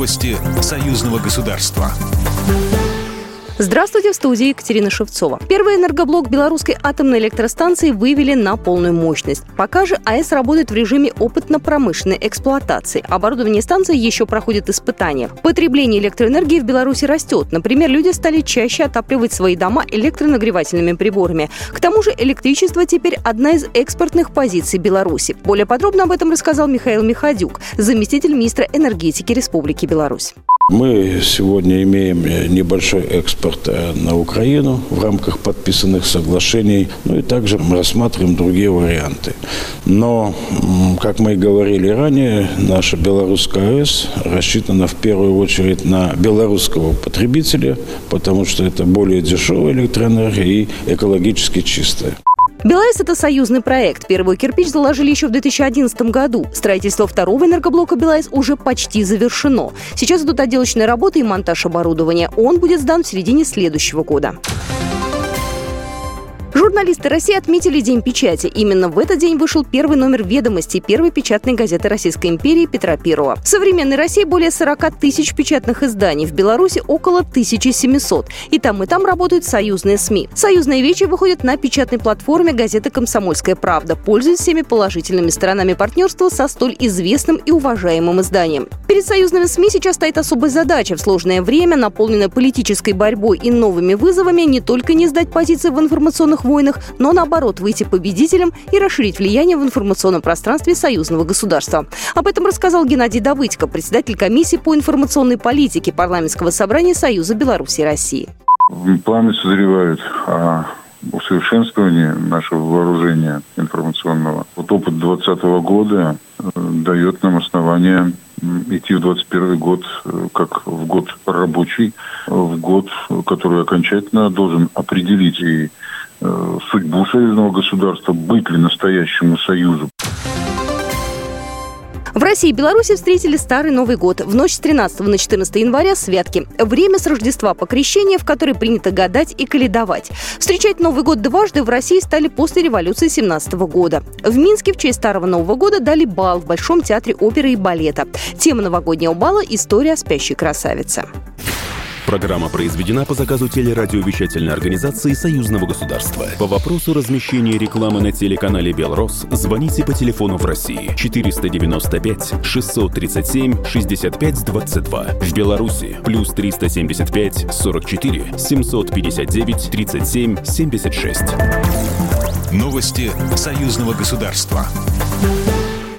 Новости союзного государства. Здравствуйте, в студии Екатерина Шевцова. Первый энергоблок белорусской атомной электростанции вывели на полную мощность. Пока же АЭС работает в режиме опытно-промышленной эксплуатации. Оборудование станции еще проходит испытания. Потребление электроэнергии в Беларуси растет. Например, люди стали чаще отапливать свои дома электронагревательными приборами. К тому же электричество теперь одна из экспортных позиций Беларуси. Более подробно об этом рассказал Михаил Михадюк, заместитель министра энергетики Республики Беларусь. Мы сегодня имеем небольшой экспорт на Украину в рамках подписанных соглашений, и также мы рассматриваем другие варианты. Но, как мы и говорили ранее, наша белорусская АЭС рассчитана в первую очередь на белорусского потребителя, потому что это более дешевая электроэнергия и экологически чистая. БелАЭС – это союзный проект. Первый кирпич заложили еще в 2011 году. Строительство второго энергоблока БелАЭС уже почти завершено. Сейчас идут отделочные работы и монтаж оборудования. Он будет сдан в середине следующего года. Журналисты России отметили День печати. Именно в этот день вышел первый номер «Ведомостей» первой печатной газеты Российской империи Петра I. В современной России более 40 тысяч печатных изданий, в Беларуси около 1700. И там работают союзные СМИ. Союзные вечи выходят на печатной платформе газеты «Комсомольская правда», пользуясь всеми положительными сторонами партнерства со столь известным и уважаемым изданием. Перед союзными СМИ сейчас стоит особая задача. В сложное время, наполненное политической борьбой и новыми вызовами, не только не сдать позиции в информационных войнах, но наоборот выйти победителем и расширить влияние в информационном пространстве союзного государства. Об этом рассказал Геннадий Давыдько, председатель комиссии по информационной политике Парламентского собрания Союза Беларуси и России. Планы созревают о усовершенствовании нашего вооружения информационного. Опыт 2020 года дает нам основание идти в 2021 год как в год рабочий, в год, который окончательно должен определить и судьбу союзного государства, быть ли настоящему союзу. В России и Беларуси встретили Старый Новый год. В ночь с 13 на 14 января святки. Время с Рождества по крещению, в которой принято гадать и каледовать. Встречать Новый год дважды в России стали после революции 17 года. В Минске в честь Старого Нового года дали бал в Большом театре оперы и балета. Тема новогоднего бала – история о спящей красавице. Программа произведена по заказу телерадиовещательной организации Союзного государства. По вопросу размещения рекламы на телеканале «Белрос» звоните по телефону в России 495 637 65 22. В Беларуси + 375 44 759 37 76. Новости союзного государства.